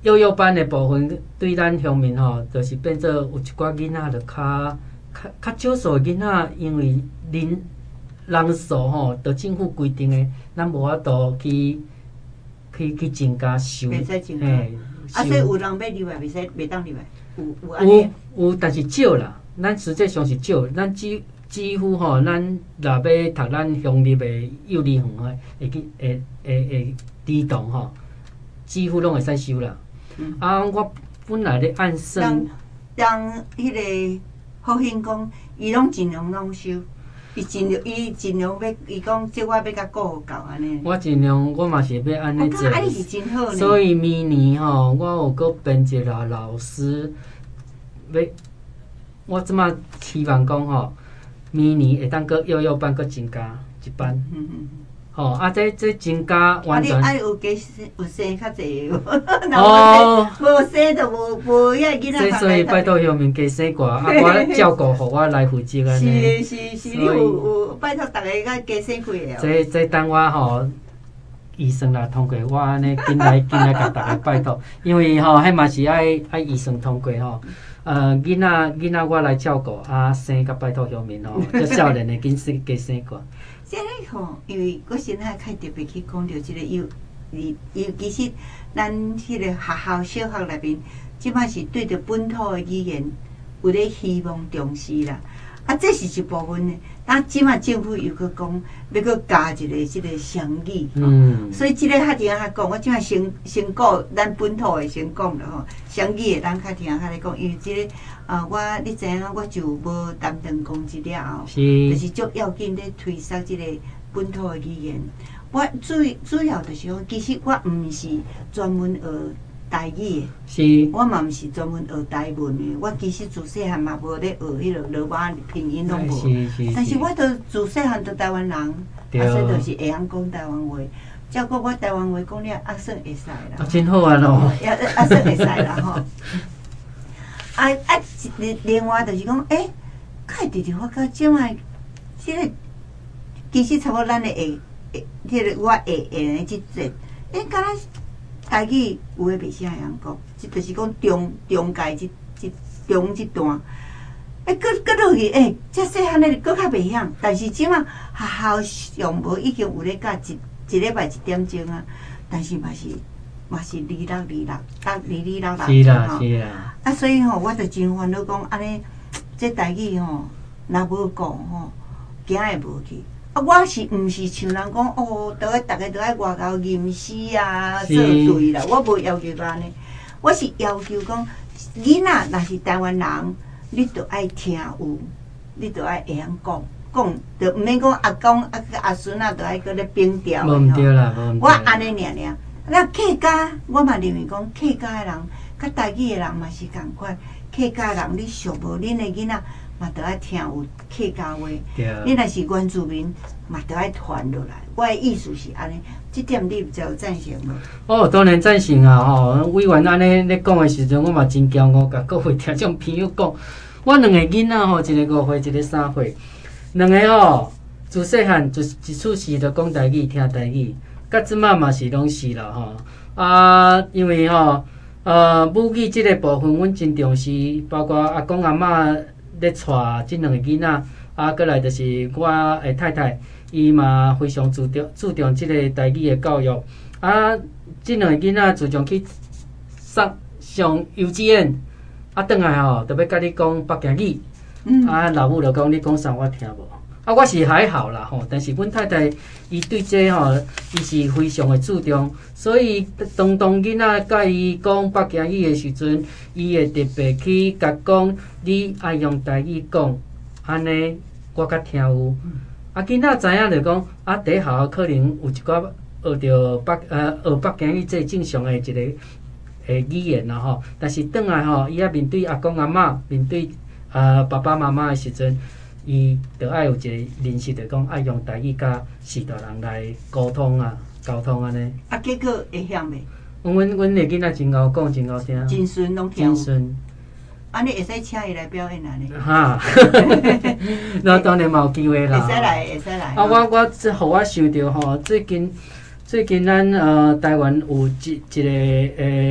幼幼班的部分对咱乡民吼，就是变做有一寡囡仔就较较较少数囡仔，因为人人数吼，就政府规定的，咱无法度去去去增加收。 袂使增加。 嘿， 啊，所以有人要入来，袂使袂当入来。有有安尼。 有有，但是少啦。咱实际上是少，咱几几乎吼，咱若要读咱乡立的幼儿园的，会去会会会低档吼，几乎拢会使收啦。嗯、啊，我本来咧按算， 人人迄个好兴讲，伊拢尽量拢收，伊尽量伊尽量要，伊讲即我要甲顾到安尼。 我尽量，我嘛是要安尼做。 啊，你是真好呢。 所以明年吼，我有搁编一个老师，要我即马希望讲吼，明年会当搁幼幼班搁增加一班。嗯嗯。吼、哦，啊，这这增加完全。 啊，你爱有加有生较济哦。哦。无生就无无遐囡仔。 这所以拜托乡民加生寡，啊，我照顾互我来负责安尼。 是是是，你有有拜托大家甲加生几个哦。 这这等我吼，预算啦通过，我安尼紧来紧来甲大家拜托，因为吼，迄嘛是爱爱预算通过吼。呃，囡仔囡仔我来照顾，啊，生甲拜托乡民吼，即少年的紧生加生寡。 即个吼，因为我先下较特别去讲到即个幼，尤其是咱迄个学校小学内面，即摆是对着本土的语言有咧希望重视啦。啊，这是一部分呢。啊，即摆政府又去讲，要去加一个即个双语，嗯，所以即个较听较讲，我即摆先先讲咱本土的先讲了吼，双语的咱较听较咧讲，因为即、这个啊，我你知影，我就无担当公职了后，是，就是足要紧咧推广即个本土的语言。我主主要就是讲，其实我毋是专门学台语的，是，我嘛毋是专门学台文的。我其实自细汉嘛无咧学迄个罗马拼音拢无，但是我都自细汉都台湾人，啊，所以就是会晓讲台湾话。照顾我台湾话讲了，也算会使啦。 啊，真好啊咯！ 也也算会使啦吼。啊啊，另另外就是讲，诶、欸，较直直发觉即摆即个其实差不多咱的会，迄个我会会的即节，诶、欸，敢若台语有诶袂啥会晓讲，即就是讲中中介即即中即段，诶、欸，搁搁落去，诶、欸，遮细汉诶搁较袂晓，但是即摆学校上无已经有咧教一一礼拜一点钟啊，但是嘛是。嘛是二六二六，六二二六六。 是啦，是啦。 啊，所以吼，我就真烦恼讲，安尼，这台语吼，若无讲吼，行会无去。啊，我是毋是像人讲哦，都爱逐个都爱外口吟诗啊，做对啦。我无要求安尼，我是要求讲，囡仔若是台湾人，你着爱听有，你着爱会晓讲。讲，着毋免讲阿公啊阿孙啊，着爱搁咧冰调的吼。 无毋对啦，无毋对。 我安尼尔尔。那客家，我嘛认为讲客家的人，甲台语的人嘛是共款。客家人，你上无恁的囡仔嘛，着爱听有客家话。你若是原住民，嘛着爱传落来。我的意思是安尼，这点你有有赞成无？ 哦，当然赞成啊！吼，委员安尼咧讲的时阵，我嘛真骄傲，甲各位听众朋友讲，我两个囡仔吼，一个五岁，一个三岁，两个吼，自细汉就一出世就讲台语，听台语。甲即马嘛是拢是啦吼，啊，因为吼，呃，母语即个部分，阮真重视，包括阿公阿嬷咧带即两个囡仔，啊，过来就是我诶太太，伊嘛非常注重注重即个台语诶教育，啊，即两个囡仔自从去上上幼稚园，啊，转来吼，就要甲你讲北京语，嗯、啊，老母就讲你讲啥我听无。啊，我是还好啦吼，但是阮太太伊对这吼，伊是非常的注重，所以当当囡仔甲伊讲北京语的时阵，伊会特别去甲讲，你爱用台语讲，安尼我较听有。啊，囡仔知影就讲，啊，第一校可能有一寡学着北呃学北京语这正常的一个诶语言啦吼，但是转来吼，伊啊面对阿公阿嬷，面对呃爸爸妈妈的时阵。伊着爱有一个认识，着讲爱用台语甲世大人来沟通啊，沟通安尼。啊， 结果会晓未？ 阮阮的囡仔真好讲，真好听。 真顺拢听。 真顺。 安尼会使请伊来表演安尼。 哈，那当然嘛有机会啦。 会使来，会使来。 啊，我我即互我想着吼，最近最近咱呃台湾有一一个诶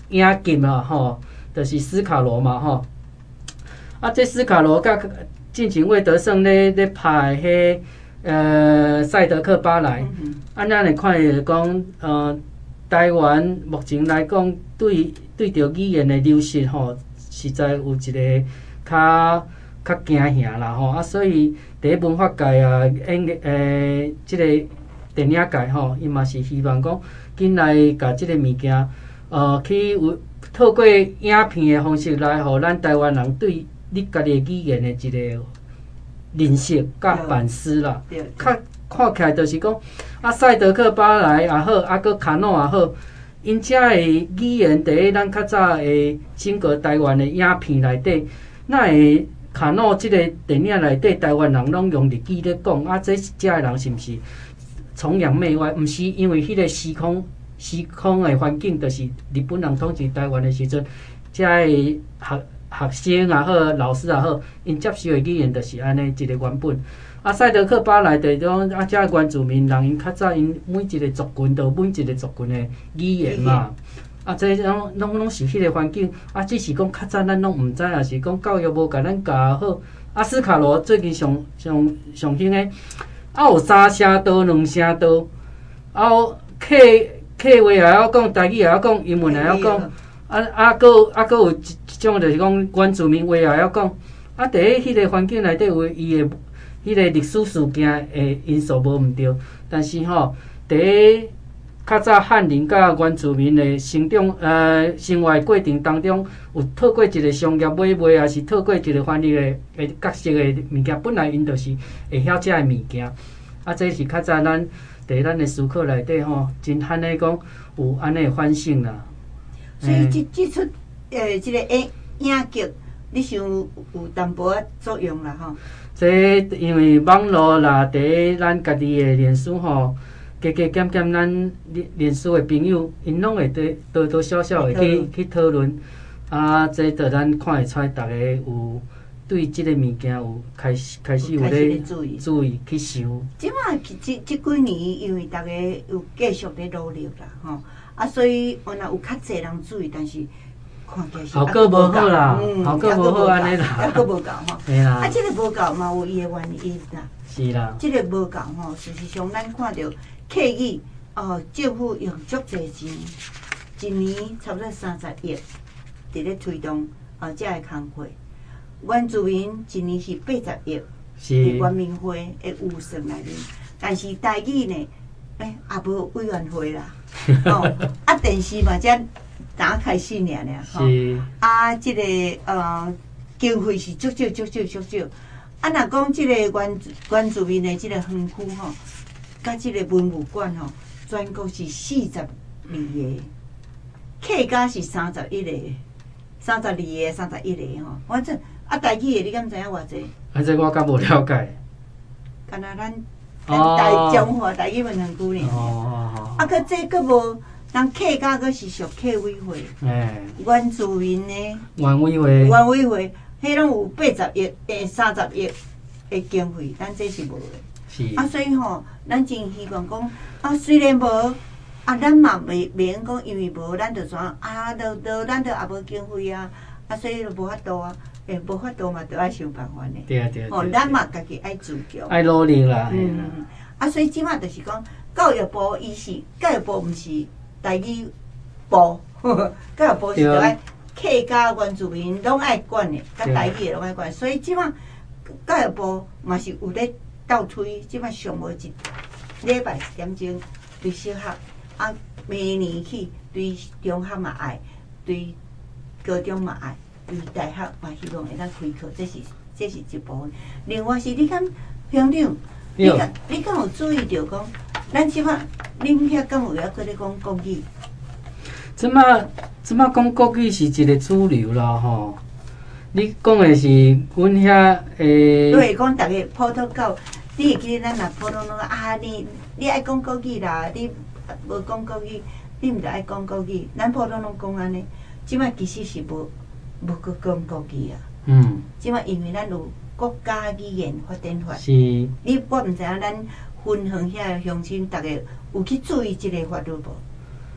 影集啊，吼，就是斯卡罗嘛，吼。啊，这斯卡罗甲进前魏德胜咧咧拍迄呃赛德克巴莱，啊，咱会看会讲呃台湾目前来讲对对着语言的流失吼，实在有一个较较惊吓啦吼，啊，所以伫文化界啊，演诶即、这个电影界吼，伊嘛是希望讲紧来甲即个物件呃去有透过影片的方式来，互咱台湾人对你家己的语言的一个认识甲反思啦。较看起来就是讲，啊，赛德克巴莱也好，啊，搁卡诺也好，因遮的语言伫咧咱较早的整个台湾的影片内底，那会卡诺即个电影内底，台湾人拢用日语咧讲，啊，这遮的人是毋是崇洋媚外？毋是，因为迄个时空时空的环境，就是日本人统治台湾的时阵，遮的学学生也好，老师也好，因接受的语言就是安尼一个原本。啊，赛德克巴莱地种啊，遮原住民人因较早因每一个族群都每一个族群的语言嘛。啊，这拢拢拢是迄个环境，啊，只是讲较早咱拢毋知，也是讲教育无甲咱教好。啊，斯卡罗最近上上上兴诶，啊有三声道、两声道，啊客客话也晓讲，台语也晓讲，英文也晓讲，啊啊，搁啊搁有一种就是讲原住民话也晓讲。啊，伫咧迄个环境内底有伊诶迄个历史事件诶因素无毋对，但是吼，伫咧较早汉人甲原住民的成长呃生活过程当中，有透过一个商业买卖，也是透过一个翻译的诶角色的物件，本来因就是会晓遮个物件。啊，这是较早咱伫咱的思考内底吼，真罕尼讲有安尼反省啦。 所以即即出诶，即、这个影影剧，你想有有淡薄仔作用啦吼。 这因为网络啦，伫咱家己的脸书吼。加加减减，咱脸书的朋友，因拢会多多多少少会去去讨论，啊，这着咱看会出来，大家有对即个物件有开始开始有咧注意去想。 即马即即几年，因为大家有继续咧努力啦，吼，啊，所以原来有较侪人注意，但是看起来是效果无好啦，效果无好安尼啦， 效果无够吼。 嘿啦， 啊，即个无够嘛有伊的原因啦。 是啦， 即个无够吼，事实上咱看到。客语哦，政府用足侪钱，一年差不多三十亿，伫咧推动哦遮个工作。原住民一年是八十亿，伫原民会的预算内面。但是台语呢，诶也无委员会啦，哦，啊电视嘛才打开始尔尔，吼。啊，即、这个呃经费是足少足少足少。啊，若讲即个原原住民的即个园区吼。甲即个文物馆吼，全国是四十二个，客家是三十一个，三十二个、三十一个吼。反正啊，台语的你敢知影偌济？ 啊，这我较无了解。 敢若咱咱台中华台语文学区呢。哦哦啊，佮这佮无，咱客家佮是属客委会。诶。原住民呢？ 原委会。 原委会，迄拢有八十亿、诶三十亿的经费，咱这是无的。啊，所以吼，咱真希望讲，啊，虽然无，啊，咱嘛袂袂用讲，因为无，咱就怎啊，都都咱都也无经费啊，啊，所以就无法度啊，诶，无法度嘛，都爱想办法呢。 对啊对啊。 哦，咱嘛家己爱自强。 爱努力啦。 嗯。啊，所以即马就是讲，教育部伊是教育部，毋是台语部，教育部是着爱客家原住民拢爱管的，甲台语拢爱管，所以即马教育部嘛是有咧。倒推，即摆上无一礼拜一点钟，对小学啊，明年起对中学嘛爱，对高中嘛爱，对大学嘛希望会当开课，这是这是一部分。另外是你敢乡长，你敢你敢有注意到讲，咱即摆恁遐敢有遐搁咧讲国语？ 即摆即摆讲国语是一个主流啦吼。你讲的是阮遐诶？ 对，讲逐个普通教。你会记得咱若普通拢啊？你你爱讲国语啦，你无讲国语，你毋着爱讲国语。咱普通拢讲安尼，即摆其实是无无搁讲国语啊。嗯。即摆因为咱有国家语言发展法。是。你我毋知影咱分乡遐乡亲，逐个有去注意即个法律无？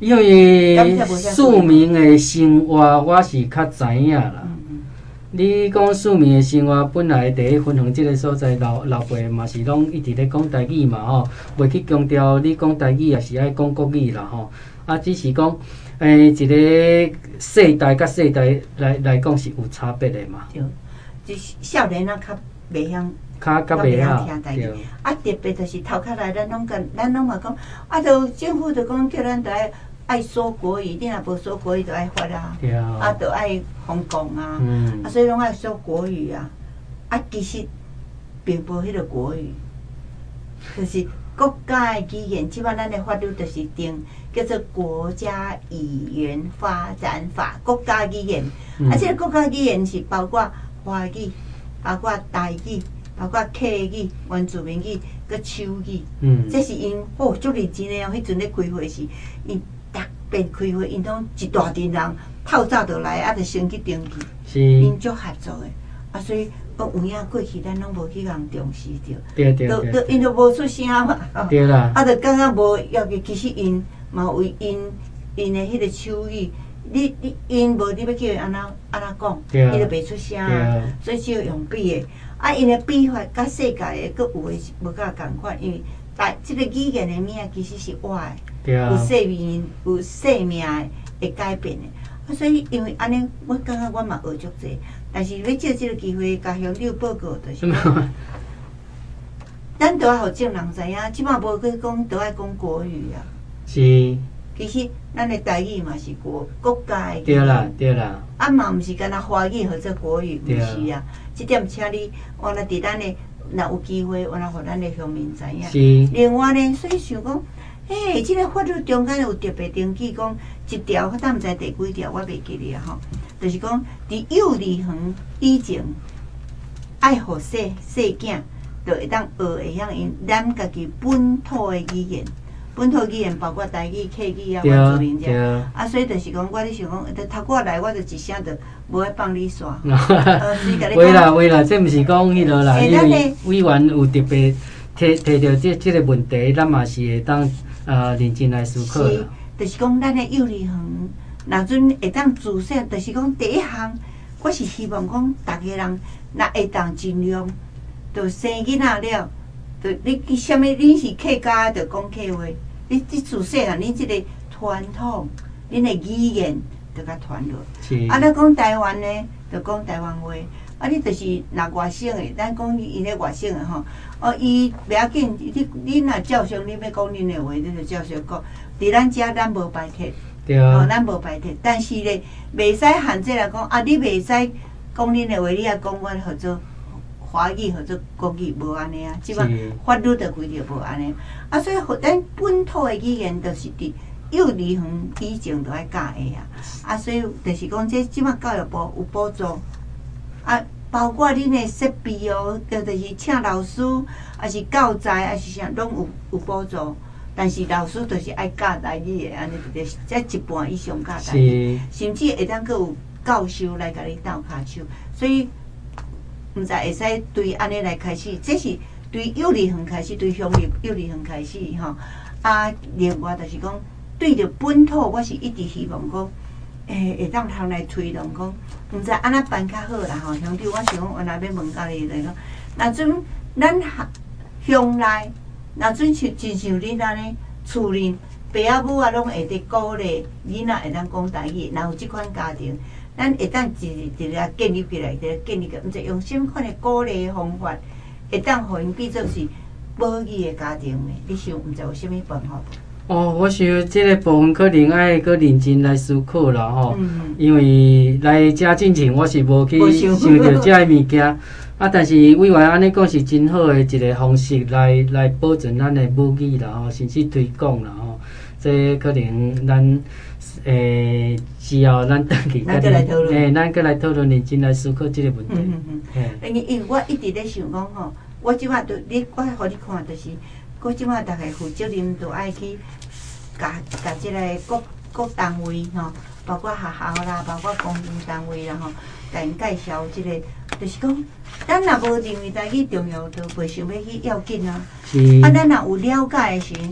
因为庶民的生活我是较知影啦。嗯嗯、你讲庶民的生活本来第一分享这个所在，老老辈嘛是拢一直咧讲台语嘛吼，袂去强调你讲台语也是爱讲国语啦吼。啊，只是讲诶、欸、一个世代甲世代来来讲是有差别的嘛。 对，就是少年啊较袂晓。 较较袂晓听台语，啊特别就是头壳来，咱拢甲咱拢嘛讲，啊，就政府就讲叫咱着爱爱说国语，你若无说国语就爱罚啊，啊，着爱封控啊，嗯、啊，所以拢爱说国语啊，啊，其实并无迄个国语，就是国家的语言，即摆咱的法律就是定叫做国家语言发展法，国家语言，嗯、啊，这个国家语言是包括华语，包括台语。包括客语、原住民语、佮手语，嗯，这是因哦，足认真的哦。迄阵咧开会时，因特别开会，因拢一大群人透早就来，啊，就先去登记， 是因足合作的，啊，所以讲有影过去，咱拢无去人重视着， 对对对， 都因都无出声嘛， 对啦， 啊，就感觉无要紧，其实因嘛为因因的迄个手语。你你因无你要叫伊安那安那讲，伊就袂出声，所以只有用笔的。啊，因的笔法甲世界的佫有诶无甲共款，因为但即个语言的名其实是活的，有生命有生命会改变的。啊，所以因为安尼，我感觉我嘛学足济，但是要借即个机会甲乡长报告，就是，咱都要互众人知影，即摆无去讲都爱讲国语啊。 是。 其实，咱的台语嘛是国国家的语言。 对啦，对啦。 啊嘛，毋是干那华语或者国语，毋是啊。即点请你，我若伫咱的，若有机会，我若互咱的乡民知影。 是。 另外呢，所以想讲，诶，即个法律中间有特别登记讲一条，我当毋知第几条，我袂记哩啊吼。就是讲，伫幼儿园以前，爱互细细囝，就会当学会晓因咱家己本土的语言。本土语言包括台语、客语啊、原住民这，啊，所以就是讲，我咧想讲，头过来我就一声就无爱放你煞。 喂啦喂啦，这毋是讲迄落啦，因为委员有特别提提到这这个问题，咱嘛是会当呃认真来思考啦。 是，就是讲咱的幼儿园，若阵会当自细，就是讲第一项，我是希望讲，逐个人若会当尽量，就生囡仔了。就你去啥物？恁是客家，就讲客话。你你自细汉，恁即个传统，恁的语言就甲传落。啊，你讲台湾呢，就讲台湾话。啊，你就是若外省的，咱讲伊咧外省的吼。哦，伊袂要紧，你你若照常你要讲恁的话，你就照常讲。伫咱遮咱无排斥， 对啊。 哦，咱无排斥，但是咧，袂使限制来讲。啊，你袂使讲恁的话，你也讲我合作。华语或者国语无安尼啊，即摆法律就规定无安尼，啊，所以咱本土的语言就是伫幼儿园以前就爱教的啊，啊，所以就是讲这即摆教育部有补助，啊，包括恁的设备哦，就是请老师，还是教材，还是啥，拢有有补助，但是老师就是爱教台语的，安尼就是这一半以上教台语，甚至会当阁有教授来甲你斗骹手，所以。毋知会使对安尼来开始，这是对幼儿园开始，对乡里幼儿园开始吼。啊，另外就是讲，对着本土，我是一直希望讲，诶、欸，会当通来推动讲，毋知安怎办较好啦吼。乡长，我想讲，原来要问家己来讲，若阵咱乡内，若阵像真像恁安尼厝里爸仔母啊，拢会得鼓励囡仔会当讲台语，若有即款家庭。咱会当一一个建立起来，一个建立起来，毋知用什么款的鼓励的方法，会当互因变做是保育的家庭的。你想，毋知有啥物办法？ 哦，我想即个部分可能爱搁认真来思考啦吼，嗯、因为来遮进前我是无去想到遮个物件，啊，但是委员安尼讲是真好的一个方式来来保存咱的母语啦吼，甚至推广啦吼，这可能咱。诶，只要咱登记， 咱再来讨论， 诶，咱再来讨论，认真来思考这个问题。 嗯嗯嗯。因为我一直咧想讲吼，我即摆都你，我互你看，就是我即摆逐个负责任都爱去，甲甲即个各各单位吼，包括学校啦，包括公营单位啦吼，甲因介绍即个，就是讲，咱若无认为台语重要，就袂想要去要紧啊。 是。 啊，咱若有了解的时，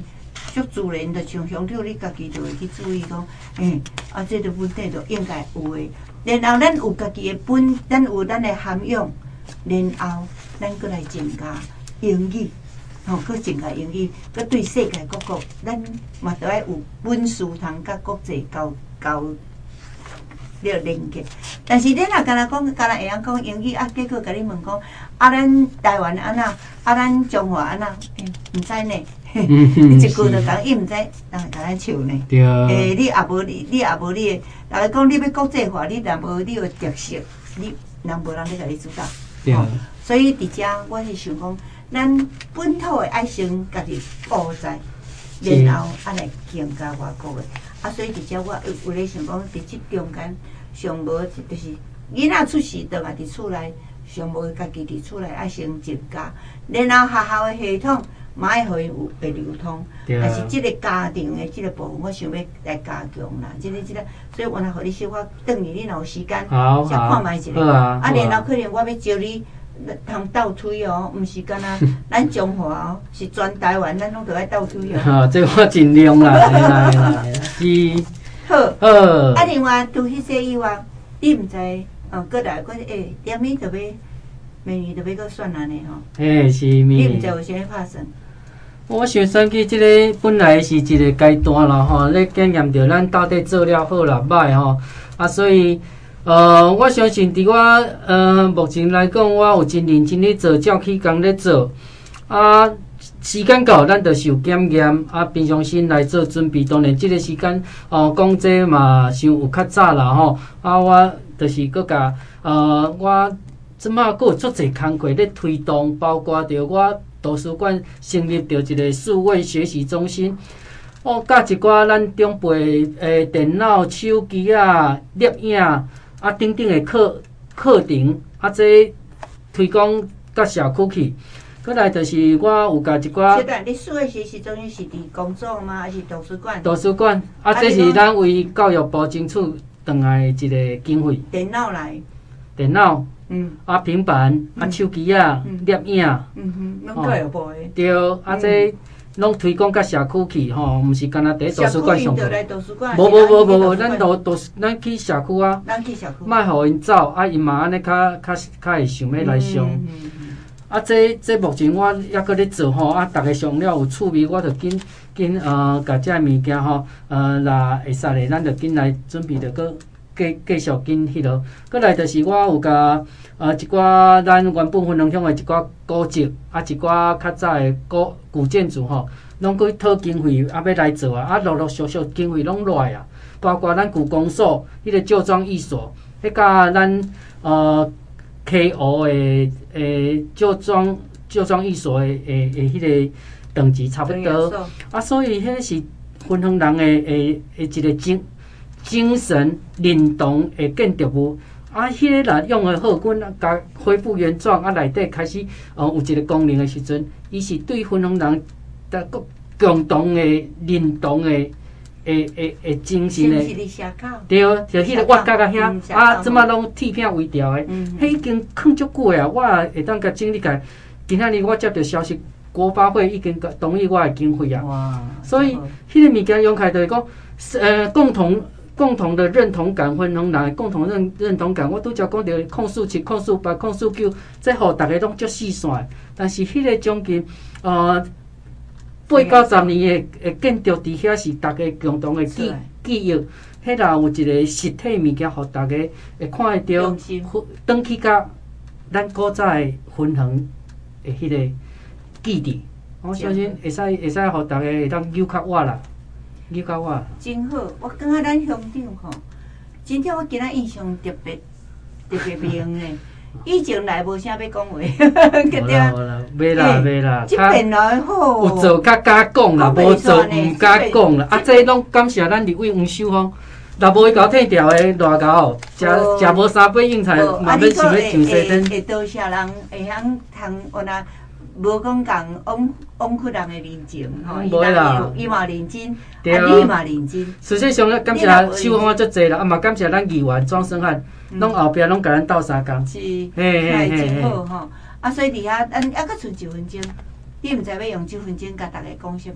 足自然的像乡长，你家己就会去注意讲，诶、欸，啊，这个问题就应该有诶。然后咱有家己诶本，咱有咱诶涵养，然后咱过来增加英语，吼、哦，佮增加英语，佮对世界各国，咱嘛都爱有本事通甲国际交交。了连接，但是你若干若讲，干若会晓讲英语啊，结果甲你问讲，啊，咱台湾安那，啊，咱中华安那，诶、欸，毋知呢，一句就讲，伊毋知，人会甲咱笑呢。 对。 诶、欸，你也无你，你也无你诶，若是讲你要国际化，你若无你诶特色，你人无人咧甲你主导。 对。 哦、所以伫遮，我是想讲，咱本土诶爱先家己保在，然后啊来增加外国诶。啊，所以伫遮我有有咧想讲，伫即中间上无就是囡仔出世，倒嘛伫厝内，上无家己伫厝内爱先增加，然后学校诶系统嘛爱互伊有会流通。但是即个家庭诶即个部分，我想要来加强啦。即、这个即、这个，所以我若互你小可转去，你若有时间，先看卖一个。啊，啊然后可能我要招你。通倒推哦，毋是干那咱中华哦，是全台湾，咱拢着爱倒推哦。 哈，这我尽量啦，会啦会啦，是。 好。 好。 啊，另外除迄些以外，你毋知，哦，过来过诶，点咪着要，明年着要搁选安尼吼。 嘿，是明年。 你毋知有啥物拍算？ 我想选举即个本来是一个阶段啦吼，咧检验着咱到底做了好啦歹吼，啊，所以。呃，我相信伫我呃目前来讲，我有真认真咧做，照起工咧做。啊，时间到，咱就是有检验，啊，平常心来做准备。当然，即个时间哦，讲这嘛，想有较早啦吼。啊，我就是搁甲呃，我即马搁有足侪工课咧推动，包括着我图书馆成立着一个数位学习中心。哦，甲一寡咱长辈诶电脑、手机啊、摄影。啊，等等的课课程，啊，这推广到社区去。过来就是我有甲一寡。 阶段，你数位学习中心是伫工作吗？还是图书馆？ 图书馆，啊，这是咱为教育部争取转来一个经费。 电脑来。 电脑。 嗯。 啊，平板，啊，手机啊，摄影。 嗯哼，拢教育部的。 对，啊，这。拢推广到社区去吼，毋是干那伫图书馆上课。无无无无无，咱都都咱去社区啊。 咱去社区。 莫互因走，啊，因嘛安尼较较较会想要来上。嗯嗯嗯、啊，这这目前我还搁咧做吼，啊，逐个上了有趣味，我着紧紧呃，甲遮物件吼，呃，若会使咧，咱着紧来准备着搁继继续紧迄落。搁来就是我有甲呃一寡咱原本分两乡的一寡古迹，啊，一寡较早的古古建筑吼，拢去讨经费，啊要来做啊，啊陆陆续续经费拢来啊，包括咱故宫所迄个旧装艺所，迄甲咱呃 K O 的诶旧装旧装艺所的诶诶迄个等级差不多，啊，所以迄是分乡人的诶诶一个精精神认同的建筑物。啊，迄个若用的好，阮啊，甲恢复原状啊，内底开始呃有一个功能的时阵，伊是对分乡人的共共同的认同的诶诶诶精神的。对，就迄个挖角啊遐，啊，即马拢铁片围条的，迄已经囥足久啊，我会当甲整理起。今仔日我接到消息，国发会已经同意我的经费啊。哇！所以迄个物件用起来就是讲，呃，共同。共同的认同感，分乡人共同认认同感，我拄则讲到控诉七、控诉八、控诉九，这互大家拢足细线。但是迄个将近呃八到十年的的建筑伫遐是大家共同的记记忆，迄若有一个实体物件，互大家会看会到，转去甲咱古早的分乡的迄个基地，我相信会使会使互大家会当扭较我啦。你教我真好，我感觉咱乡长吼，真正我今仔印象特别特别明呢。以前来无啥要讲话， 对啦，袂啦袂啦， 即边来好， 有做较敢讲啦，无做毋敢讲啦。啊，这拢感谢咱立委黄秀芳，若无伊甲我退掉的偌高，食食无三杯应菜，嘛要想要上西天。 会多少人会晓通我若。无讲共往往屈人的认情吼，伊嘛伊嘛认真，啊你嘛认真。 实际上咧，感谢秀芳足济啦，啊嘛感谢咱议员庄生汉，拢后壁拢甲咱斗相共。 是，嘿嘿真好吼。啊，所以伫遐，咱还阁剩一分钟，你毋知要用这分钟甲大家讲啥物？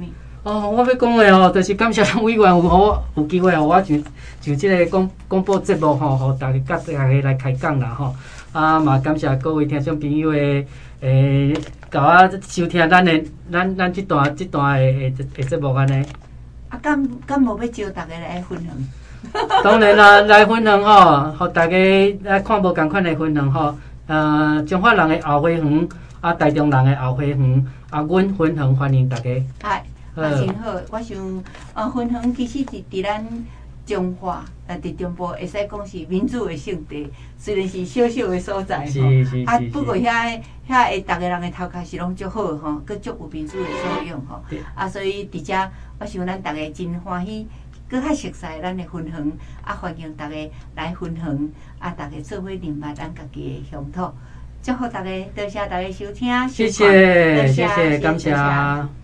哦，我要讲的哦，就是感谢咱委员有互我有机会互我就就即个广广播节目吼，互大家甲大家来开讲啦吼。啊嘛，感谢各位听众朋友的诶，甲我收听咱的咱咱即段即段的诶诶节目安尼。 啊，敢敢无要招大家来分享？ 当然啦，来分享吼，互大家来看无共款的分享吼。呃，中华人的后花园，啊，台中人的后花园，啊，阮分享欢迎大家。 哎。啊，真好！我想，呃，分享其实伫伫咱中华，呃，伫中部会使讲是民主的圣地，虽然是小小的所在吼，啊，不过遐遐的逐个人的头壳是拢足好吼，佮足有民主的作用吼。啊，所以伫遮，我想咱逐个真欢喜，佮较熟悉咱的分享，啊，欢迎逐个来分享，啊，逐个做伙认捌咱家己的乡土。祝福大家，多谢大家收听， 谢谢，谢谢，感谢。